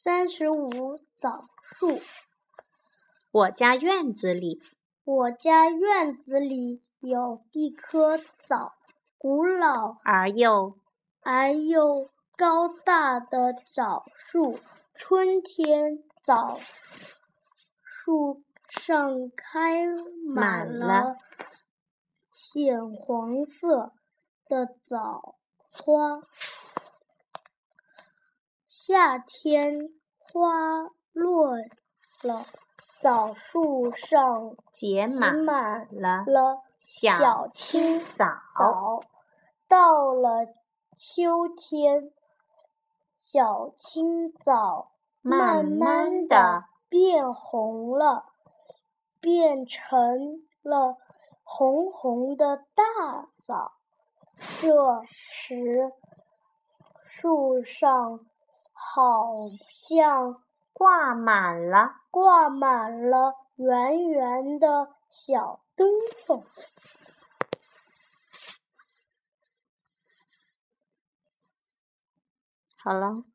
35枣树。 我家院子里有一棵古老而又高大的枣树。春天，枣树上开满了浅黄色的枣花。夏天，花落了，枣树上结满了小青枣。 到了秋天，小青枣慢慢地变红了，变成了红红的大枣。这时，树上好像挂满了圆圆的小灯笼。 好了。